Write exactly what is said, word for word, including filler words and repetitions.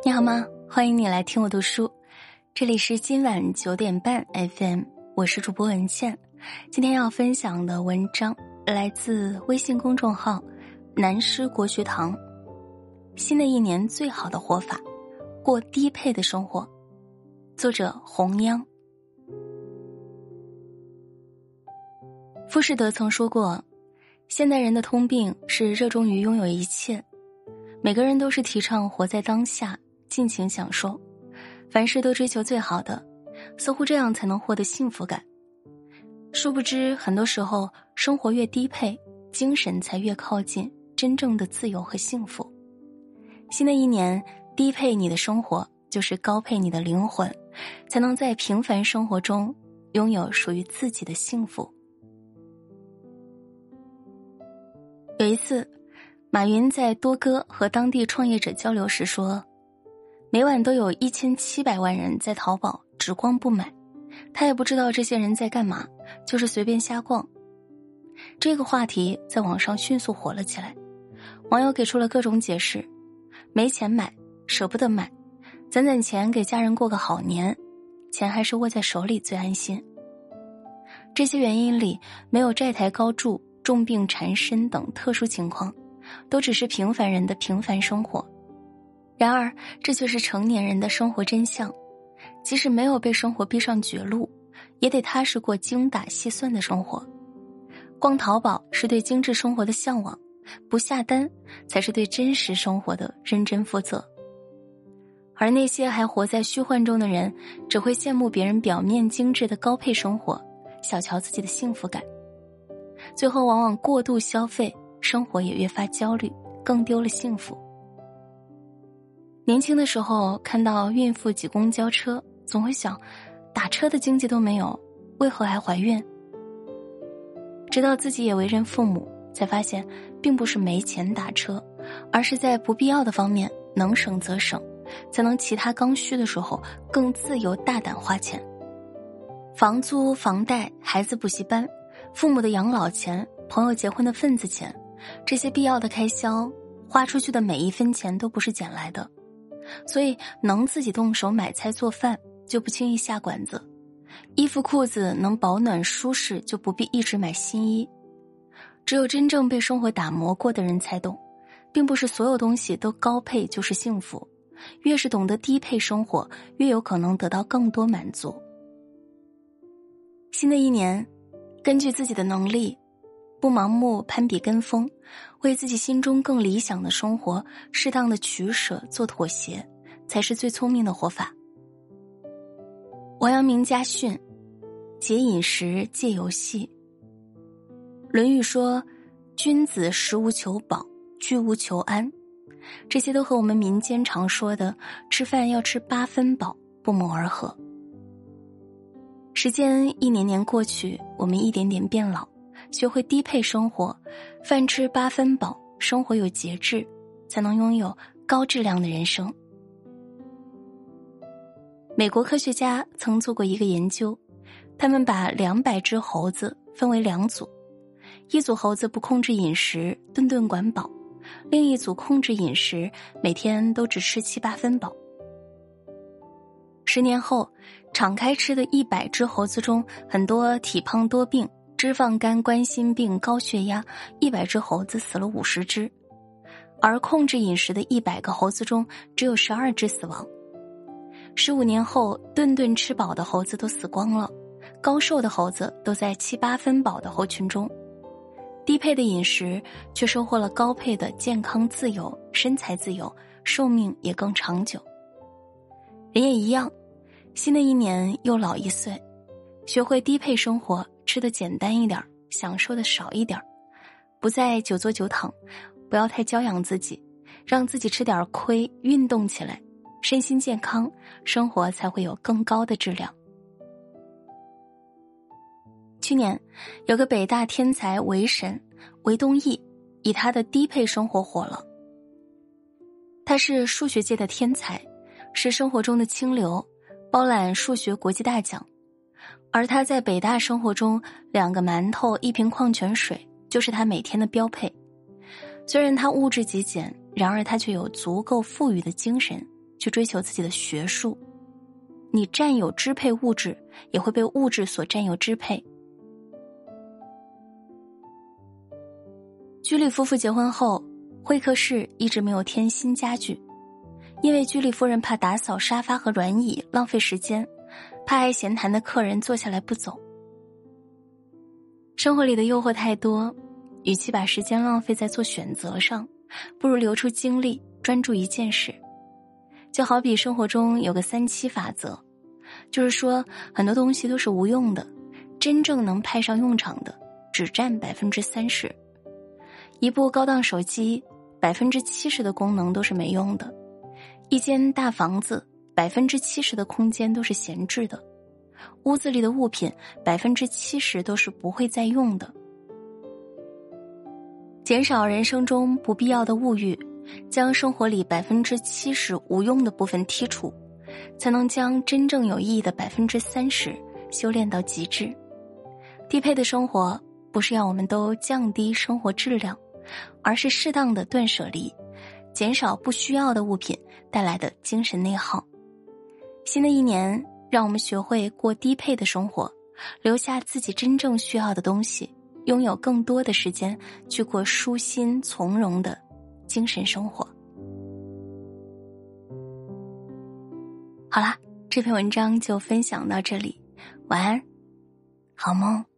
你好吗？欢迎你来听我读书，这里是今晚九点半 F M， 我是主播文倩。今天要分享的文章来自微信公众号南师国学堂。新的一年最好的活法，过低配的生活。作者洪央。浮士德曾说过，现代人的通病是热衷于拥有一切，每个人都是提倡活在当下，尽情享受，凡事都追求最好的，似乎这样才能获得幸福感。殊不知，很多时候生活越低配，精神才越靠近真正的自由和幸福。新的一年，低配你的生活，就是高配你的灵魂，才能在平凡生活中拥有属于自己的幸福。有一次，马云在多哥和当地创业者交流时说，每晚都有一千七百万人在淘宝只逛不买，他也不知道这些人在干嘛，就是随便瞎逛。这个话题在网上迅速火了起来，网友给出了各种解释，没钱买，舍不得买，攒攒钱给家人过个好年，钱还是握在手里最安心。这些原因里没有债台高筑、重病缠身等特殊情况，都只是平凡人的平凡生活。然而这却是成年人的生活真相，即使没有被生活逼上绝路，也得踏实过精打细算的生活。逛淘宝是对精致生活的向往，不下单才是对真实生活的认真负责。而那些还活在虚幻中的人，只会羡慕别人表面精致的高配生活，小瞧自己的幸福感，最后往往过度消费，生活也越发焦虑，更丢了幸福。年轻的时候看到孕妇挤公交车，总会想，打车的经济都没有，为何还怀孕？直到自己也为人父母，才发现并不是没钱打车，而是在不必要的方面能省则省，才能其他刚需的时候更自由大胆花钱。房租、房贷、孩子补习班、父母的养老钱、朋友结婚的份子钱，这些必要的开销，花出去的每一分钱都不是捡来的。所以能自己动手买菜做饭，就不轻易下馆子。衣服裤子能保暖舒适，就不必一直买新衣。只有真正被生活打磨过的人才懂，并不是所有东西都高配就是幸福，越是懂得低配生活，越有可能得到更多满足。新的一年，根据自己的能力，不盲目攀比跟风，为自己心中更理想的生活适当的取舍做妥协，才是最聪明的活法。王阳明家训，节饮食，戒游戏。论语说，君子食无求饱，居无求安，这些都和我们民间常说的吃饭要吃八分饱不谋而合。时间一年年过去，我们一点点变老，学会低配生活，饭吃八分饱，生活有节制，才能拥有高质量的人生。美国科学家曾做过一个研究，他们把两百只猴子分为两组，一组猴子不控制饮食，顿顿管饱，另一组控制饮食，每天都只吃七八分饱。十年后，敞开吃的一百只猴子中，很多体胖多病，脂肪肝、冠心病、高血压，一百只猴子死了五十只，而控制饮食的一百个猴子中，只有十二只死亡。十五年后，顿顿吃饱的猴子都死光了，高瘦的猴子都在七八分饱的猴群中。低配的饮食却收获了高配的健康自由、身材自由，寿命也更长久。人也一样，新的一年又老一岁，学会低配生活，吃得简单一点，享受的少一点，不再久坐久躺，不要太娇养自己，让自己吃点亏，运动起来，身心健康，生活才会有更高的质量。去年有个北大天才韦神韦东奕，以他的低配生活火了。他是数学界的天才，是生活中的清流，包揽数学国际大奖。而他在北大生活中，两个馒头一瓶矿泉水就是他每天的标配。虽然他物质极简，然而他却有足够富裕的精神， 去追求自己的学术。你占有支配物质，也会被物质所占有支配。居里夫妇结婚后，会客室一直没有添新家具，因为居里夫人怕打扫沙发和软椅浪费时间，怕爱闲谈的客人坐下来不走。生活里的诱惑太多，与其把时间浪费在做选择上，不如留出精力专注一件事。就好比生活中有个三七法则，就是说很多东西都是无用的，真正能派上用场的只占百分之三十。一部高档手机，百分之七十的功能都是没用的；一间大房子，百分之七十的空间都是闲置的；屋子里的物品，百分之七十都是不会再用的。减少人生中不必要的物欲，将生活里百分之七十无用的部分剔除，才能将真正有意义的百分之三十修炼到极致。低配的生活不是要我们都降低生活质量，而是适当的断舍离，减少不需要的物品带来的精神内耗。新的一年，让我们学会过低配的生活，留下自己真正需要的东西，拥有更多的时间去过舒心从容的精神生活。好啦，这篇文章就分享到这里，晚安，好梦。